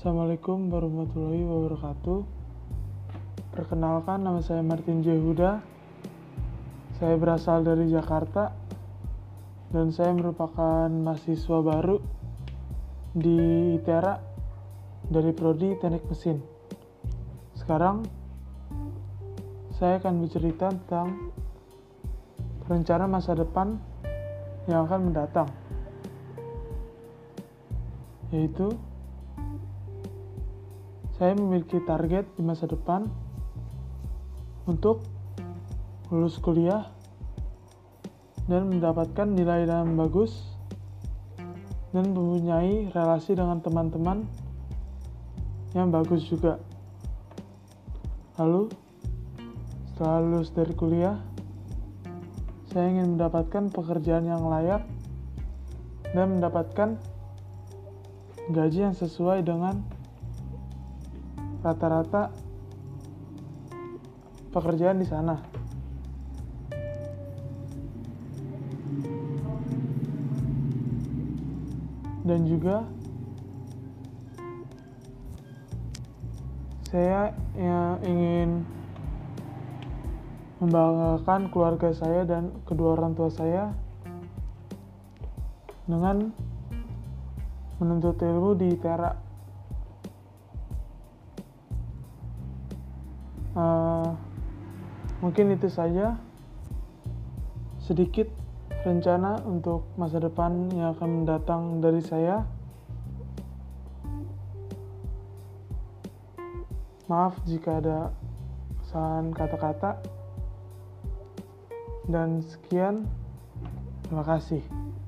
Assalamualaikum warahmatullahi wabarakatuh. Perkenalkan, nama saya Martin J. Huda. Saya berasal dari Jakarta dan saya merupakan mahasiswa baru di ITERA dari Prodi Teknik Mesin. Sekarang saya akan bercerita tentang rencana masa depan yang akan mendatang, yaitu saya memiliki target di masa depan untuk lulus kuliah dan mendapatkan nilai yang bagus dan mempunyai relasi dengan teman-teman yang bagus juga. Lalu, setelah lulus dari kuliah, saya ingin mendapatkan pekerjaan yang layak dan mendapatkan gaji yang sesuai dengan rata-rata pekerjaan di sana. Dan juga saya ingin membanggakan keluarga saya dan kedua orang tua saya dengan menuntut ilmu di ITERA. Mungkin itu saja sedikit rencana untuk masa depan yang akan mendatang dari saya. Maaf jika ada kesalahan kata-kata, dan sekian, terima kasih.